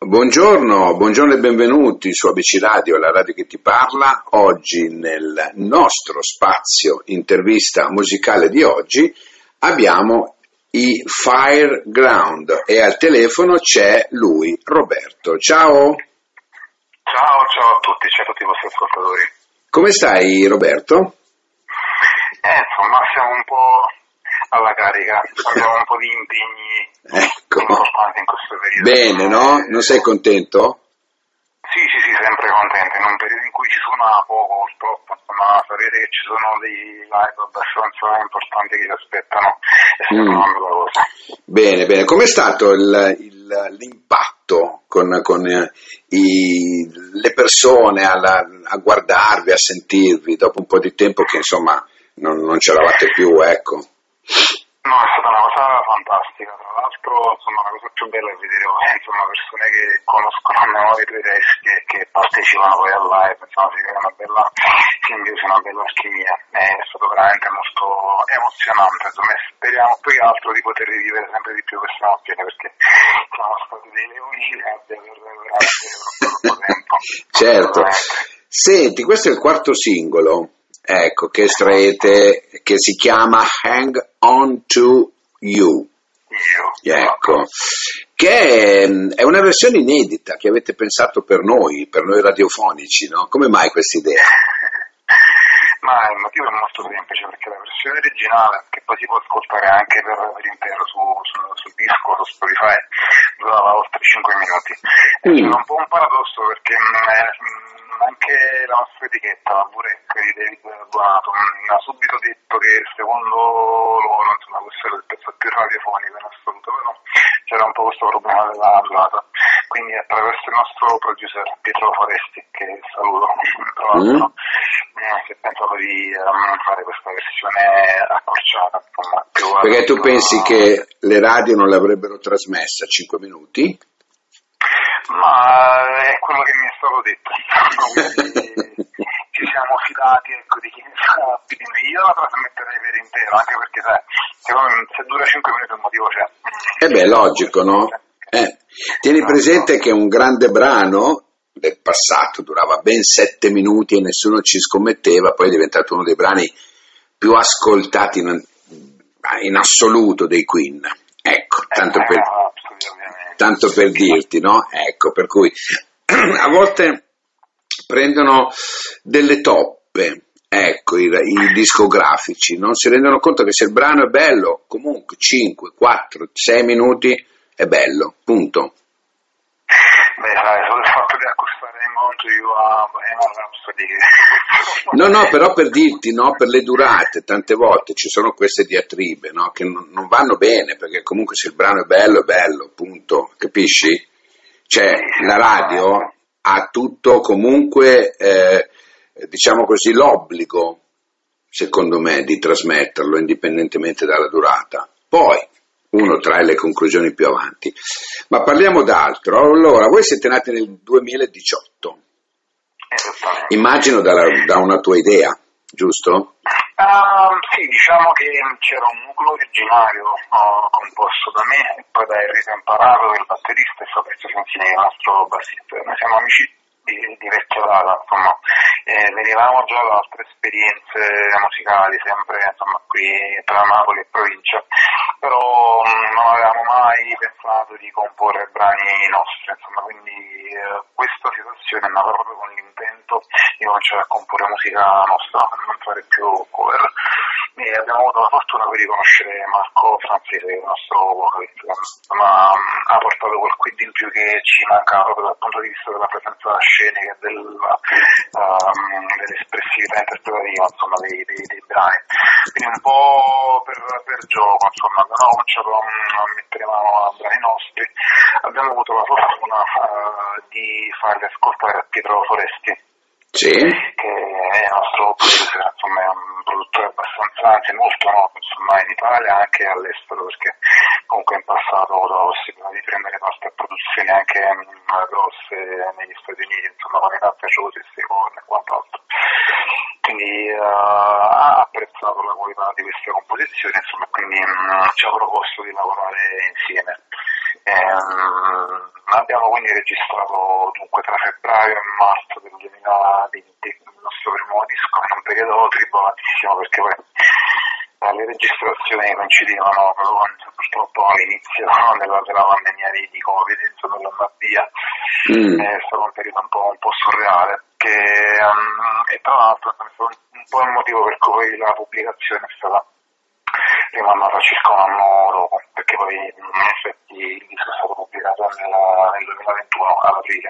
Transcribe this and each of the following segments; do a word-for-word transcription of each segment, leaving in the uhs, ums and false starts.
Buongiorno, buongiorno e benvenuti su A B C Radio, la radio che ti parla. Oggi nel nostro spazio intervista musicale di oggi abbiamo i Fireground e al telefono c'è lui, Roberto. Ciao! Ciao, ciao a tutti, ciao a tutti i vostri ascoltatori. Come stai, Roberto? Eh, insomma, siamo un po' alla carica, abbiamo un po' di impegni ecco. importanti in questo periodo. Bene, no? Non sei contento? Sì, sì, sì, sempre contento. In un periodo in cui ci suona poco, purtroppo, insomma, sapere che ci sono dei live abbastanza importanti che ci aspettano è sempre Mm. una bella cosa. Bene, bene. Com'è stato il, il, l'impatto con, con eh, i, le persone alla, a guardarvi, a sentirvi dopo un po' di tempo che insomma non, non c'eravate più, ecco? No, è stata una cosa fantastica, tra l'altro insomma la cosa più bella è vedere insomma, persone che conoscono a memoria i tuoi testi e che partecipano poi al live, insomma si crea una bella simbiosi, una bella alchimia, è stato veramente molto emozionante, insomma e speriamo più che altro di poter rivivere sempre di più queste emozioni perché siamo stati dei leoni di gabbia per veramente troppo tempo. Certo. Senti, questo è il quarto singolo. Ecco, che estraete, che si chiama Hang On To You. Io, Ecco, che è, è una versione inedita che avete pensato per noi, per noi radiofonici, no? Come mai questa idea? Ma il motivo è molto semplice perché la versione originale, che poi si può ascoltare anche per, per intero su, su, sul disco, su Spotify, durava oltre cinque minuti. E Mm. c'era un po' un paradosso perché mh, eh, mh, anche la nostra etichetta, la Burek di David Bonato, mh, ha subito detto che secondo loro insomma, questo era il pezzo più radiofonico in assoluto, però c'era un po' questo problema della durata. Quindi attraverso il nostro producer Pietro Foresti, che saluto, tra l'altro, mm. si è pensato di um, fare questa versione accorciata. Insomma, più Perché tu adatta- pensi che le radio non l'avrebbero trasmessa a cinque minuti? Ma è quello che mi è stato detto, quindi ci siamo fidati ecco, di chi ne sa più di me. Io la trasmetterei per intero, anche perché sai, secondo me se dura cinque minuti un motivo c'è. Eh beh, logico, no? Eh, tieni presente che un grande brano del passato durava ben sette minuti e nessuno ci scommetteva, poi è diventato uno dei brani più ascoltati in, in assoluto dei Queen. Ecco, tanto per, tanto per dirti, no? Ecco, per cui a volte prendono delle toppe, ecco, i, i discografici, non si rendono conto che se il brano è bello, comunque cinque, quattro, sei minuti è bello, punto. Beh, sai, solo il fatto di accostare in conto io a Bohemian Rhapsody. No, no, però per dirti, no, per le durate, tante volte ci sono queste diatribe, no, che non, non vanno bene, perché comunque se il brano è bello, è bello, punto, capisci? Cioè, la radio ha tutto comunque, eh, diciamo così, l'obbligo, secondo me, di trasmetterlo indipendentemente dalla durata. Poi uno trae le conclusioni più avanti. Ma parliamo d'altro. Allora, voi siete nati nel duemiladiciotto. Immagino da, da una tua idea, giusto? Uh, sì, diciamo che c'era un nucleo originario uh, composto da me e poi da Enrico Imparato, il batterista, e Fabrizio Sensini, il nostro bassista. Noi siamo amici di, di vecchia data, insomma, eh, venivamo già da altre esperienze musicali, sempre insomma qui tra Napoli e provincia, però mh, non avevamo mai pensato di comporre brani nostri, insomma, quindi eh, questa situazione è nata proprio con l'intento di cominciare a comporre musica nostra, non fare più cover. E abbiamo avuto la fortuna di riconoscere Marco Francese, il nostro vocalist, ma mh, ha portato quel quid in più che ci mancava proprio dal punto di vista della presenza scenica e del, um, dell'espressività interpretativa insomma, dei, dei, dei brani. Quindi un po' per, per gioco, insomma, abbiamo cominciato a, a mettere mano a brani nostri, abbiamo avuto la fortuna uh, di farli ascoltare a Pietro Foresti. Sì. Che è il nostro producer, insomma è un produttore abbastanza, anzi molto noto insomma in Italia e anche all'estero, perché comunque in passato ho avuto la possibilità di prendere parte a produzioni anche mh, grosse negli Stati Uniti, insomma con i Cazzaciosi e Secorn e quant'altro. Quindi uh, ha apprezzato la qualità di queste composizioni, insomma, quindi mh, ci ha proposto di lavorare insieme. Ehm, abbiamo quindi registrato dunque tra febbraio e marzo del duemilaventi il nostro primo disco in un periodo tribolatissimo, perché poi eh, le registrazioni coincidevano con, purtroppo all'inizio della, della pandemia di, di Covid, insomma, in Lombardia. Mm. È stato un periodo un po', un po' surreale, che, um, e tra l'altro è stato un po' il motivo per cui la pubblicazione è stata rimandata circa un anno dopo, perché poi in effetti il disco è stato pubblicato nel, nel duemilaventuno ad aprile,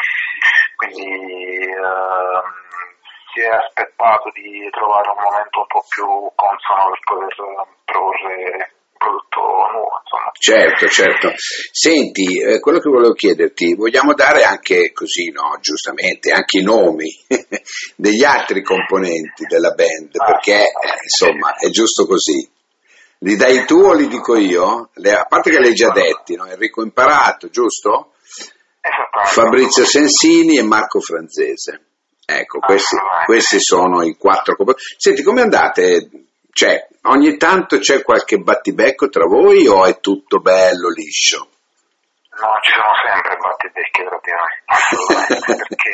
quindi ehm, si è aspettato di trovare un momento un po' più consono per poter proporre un prodotto nuovo, insomma. Certo, certo. Senti, eh, quello che volevo chiederti, vogliamo dare anche così, no, giustamente, anche i nomi degli altri componenti della band, perché eh, insomma è giusto così. Li dai tu o li dico io? Le, a parte che li hai già detti, no? Enrico Imparato, giusto? Fabrizio Sensini e Marco Franzese. Ecco, questi, questi sono i quattro componenti. Senti, come andate? Cioè, ogni tanto c'è qualche battibecco tra voi o è tutto bello, liscio? No, ci sono sempre battibecchi tra di noi, assolutamente, perché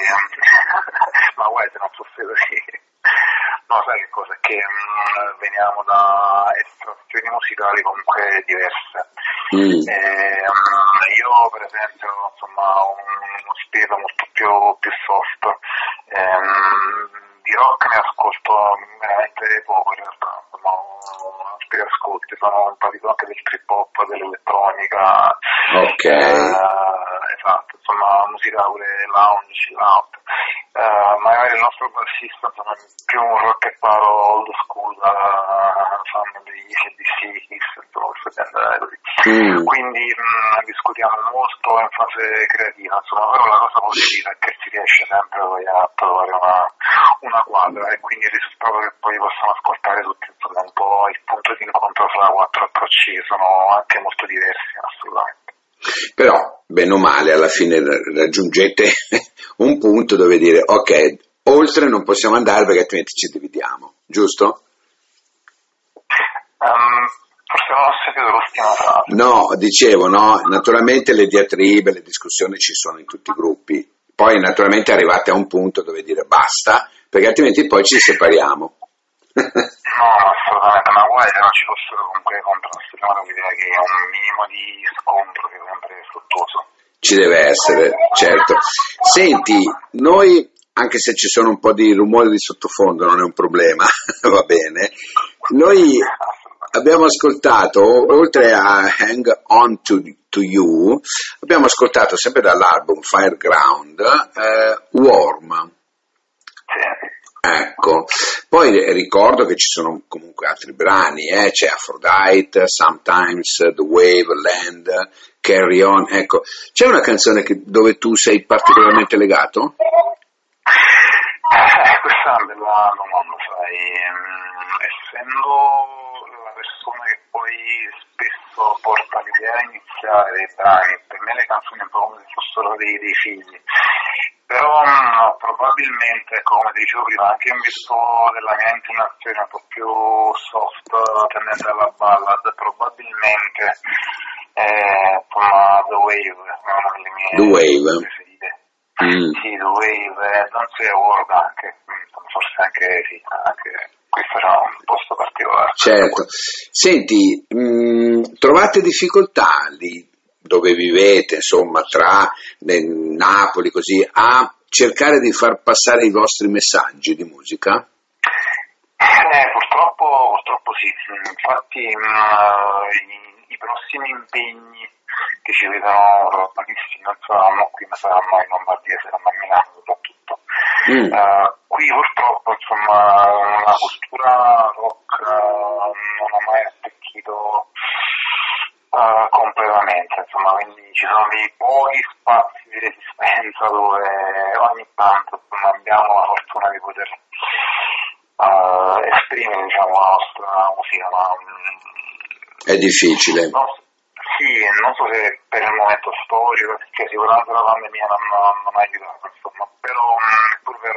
ma guarda, se non fosse così. No, sai che cosa? Che mh, veniamo da estrazioni musicali comunque diverse. Mm. E, um, io per esempio insomma ho uno spirito molto più, più soft. Ehm, di rock ne ascolto veramente poco in realtà, insomma, ho spirito ascolti, sono un patito anche del trip hop, dell'elettronica. Ok. Eh, esatto, insomma musica pure lounge, chill out. Uh, magari il nostro bassista insomma, è più un rockettaro old school, uh, fan degli A C D C, Kiss, insomma, così. Mm. Quindi mh, discutiamo molto in fase creativa, insomma, però la cosa positiva è che si riesce sempre poi a trovare una, una quadra e quindi il risultato che poi possiamo ascoltare tutti, insomma, è un po' il punto di incontro fra quattro approcci, sono anche molto diversi, assolutamente. Però, bene o male, alla fine raggiungete un punto dove dire, ok, oltre non possiamo andare perché altrimenti ci dividiamo, giusto? Um, forse non ho sentito l'ultima frase. No, dicevo, no, naturalmente le diatribe, le discussioni ci sono in tutti i gruppi, poi naturalmente arrivate a un punto dove dire basta, perché altrimenti poi ci separiamo. No, assolutamente, ma guarda, non ci fossero comunque contrasti, ma l'idea che un minimo di scontro che è sempre fruttuoso. Ci deve essere, certo. Senti, noi, anche se ci sono un po' di rumori di sottofondo, non è un problema, va bene, noi abbiamo ascoltato, oltre a Hang On To, to You, abbiamo ascoltato sempre dall'album Fireground, eh, Warm. Sì. Ecco, poi ricordo che ci sono comunque altri brani, eh? C'è Aphrodite, Sometimes, The Wave, Land, Carry On, ecco, c'è una canzone che, dove tu sei particolarmente legato? Eh, questa è una bella domanda, sai, mm, essendo la persona che poi spesso porta l'idea iniziale dei brani, per me le canzoni un po' come se fossero dei, dei figli. Però no, probabilmente, come dicevo prima, anche in virtù della mia inclinazione un po' più soft, tendente alla ballad, probabilmente eh, insomma, The Wave è una delle mie The Wave. preferite. Mm. Sì, The Wave, eh, Don't Say a Word anche, forse anche sì, anche questo era un posto particolare. Certo. Senti, mh, trovate difficoltà lì dove vivete, insomma, tra eh, Napoli, così, a cercare di far passare i vostri messaggi di musica? Eh, purtroppo, purtroppo sì, infatti mh, i, i prossimi impegni che ci vedono protagonisti non saranno qui, ma saranno in Lombardia, saranno a Milano soprattutto. Mm. Uh, qui purtroppo, insomma, la cultura rock uh, non ha mai attecchito Uh, completamente, insomma, quindi ci sono dei pochi spazi di resistenza dove ogni tanto insomma, abbiamo la fortuna di poter uh, esprimere, diciamo, la nostra musica, ma um, è difficile. No, sì, non so se per il momento storico, perché sicuramente la pandemia non, non ha aiutato, insomma, però è pur vero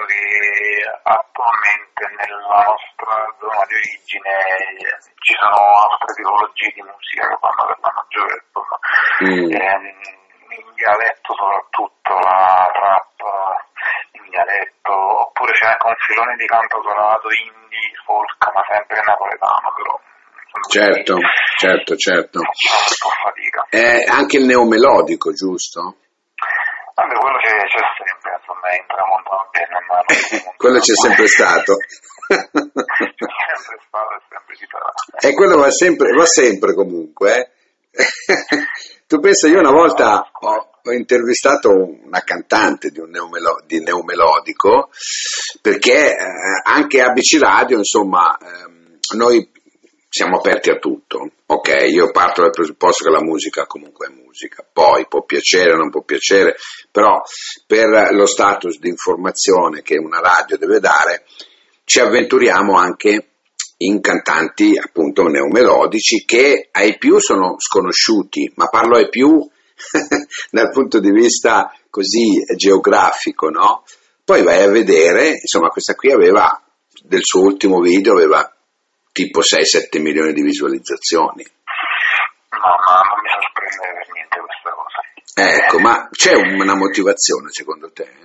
che attualmente nella nostra zona di origine ci sono altre tipologie di musica che vanno per la maggiore, insomma. Mm. Eh, in dialetto soprattutto, la trap in dialetto, oppure c'è anche un filone di cantautorato indie, folk, ma sempre napoletano, però. Certo, quindi, certo, certo. Facciamo un po' fatica. Eh, anche il neomelodico, giusto? Vabbè, quello c'è, c'è sempre, insomma, è intramontato bene, ma non quello c'è sempre stato. C'è sempre stato e sempre ci sarà. E quello va sempre, va sempre comunque, eh? Tu pensa, io una volta ho, ho intervistato una cantante di un neomelo, di neomelodico, perché eh, anche A B C Radio, insomma, ehm, noi siamo aperti a tutto. Ok, io parto dal presupposto che la musica comunque è musica, poi può piacere o non può piacere, però per lo status di informazione che una radio deve dare, ci avventuriamo anche in cantanti appunto neomelodici che ai più sono sconosciuti, ma parlo ai più dal punto di vista così geografico, no? Poi vai a vedere, insomma, questa qui aveva, del suo ultimo video aveva tipo sei sette milioni di visualizzazioni. No, ma non mi sorprende per niente questa cosa. Ecco, eh. Ma c'è una motivazione secondo te?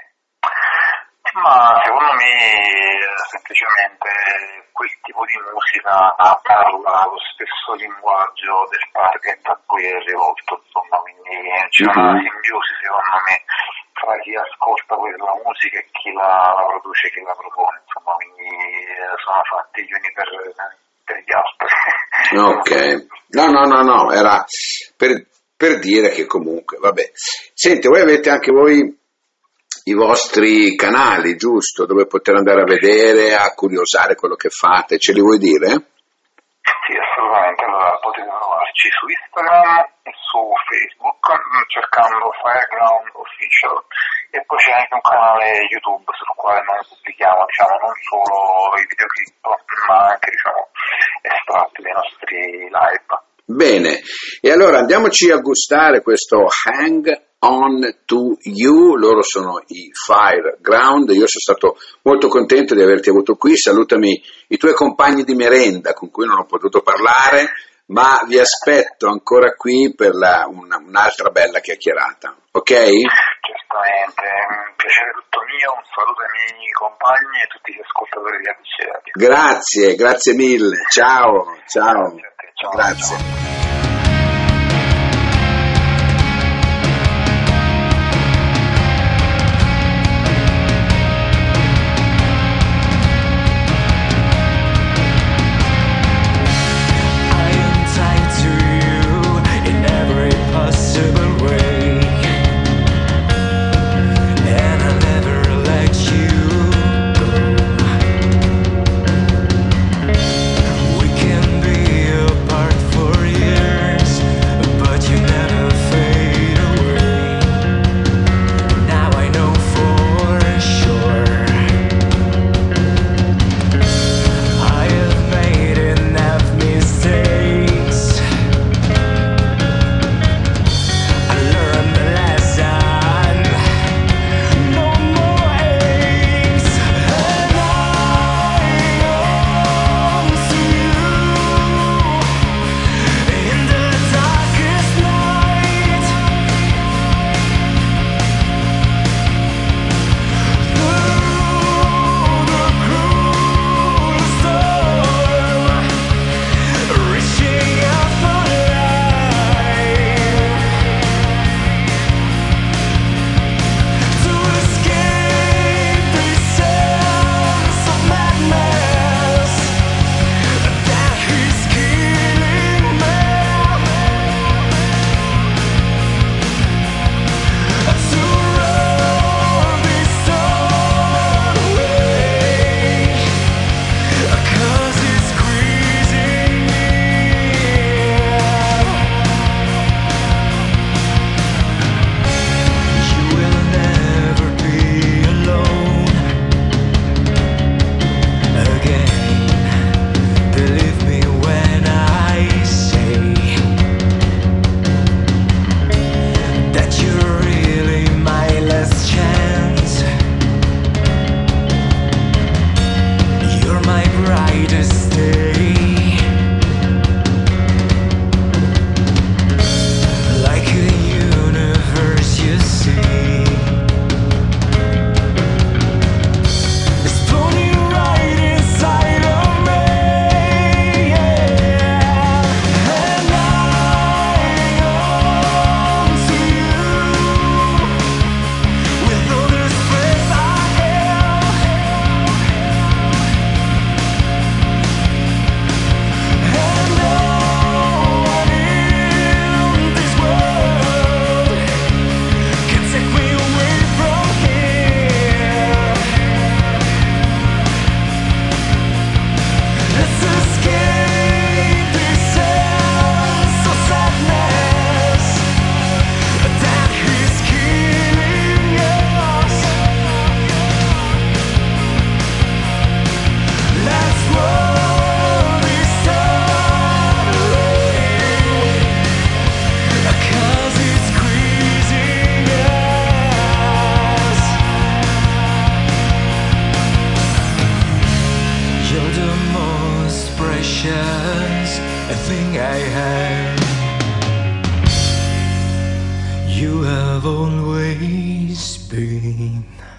Ma secondo me semplicemente quel tipo di musica parla lo stesso linguaggio del target a cui è rivolto, insomma, quindi c'è una simbiosi secondo me tra chi ascolta quella musica e chi la, la produce, chi la propone, insomma, quindi sono fatti gli uni per, per gli altri. Ok, no no no no, era per, per dire che comunque, vabbè. Senti, voi avete anche voi i vostri canali, giusto? Dove poter andare a vedere, a curiosare quello che fate, ce li vuoi dire? Sì, assolutamente. Allora potete trovarci su Instagram e su Facebook cercando Fireground Official, e poi c'è anche un canale YouTube sul quale noi pubblichiamo, diciamo, non solo i videoclip, ma anche, diciamo, estratti dei nostri live. Bene, e allora andiamoci a gustare questo Hang On To You. Loro sono i Fireground. Io sono stato molto contento di averti avuto qui. Salutami i tuoi compagni di merenda con cui non ho potuto parlare, ma vi aspetto ancora qui per la, una, un'altra bella chiacchierata, ok? Certamente, è un piacere tutto mio, un saluto ai miei compagni e tutti gli ascoltatori di A B C Radio. Grazie, grazie mille, ciao, ciao, Grazie a te, ciao, grazie. Ciao. For you You have always been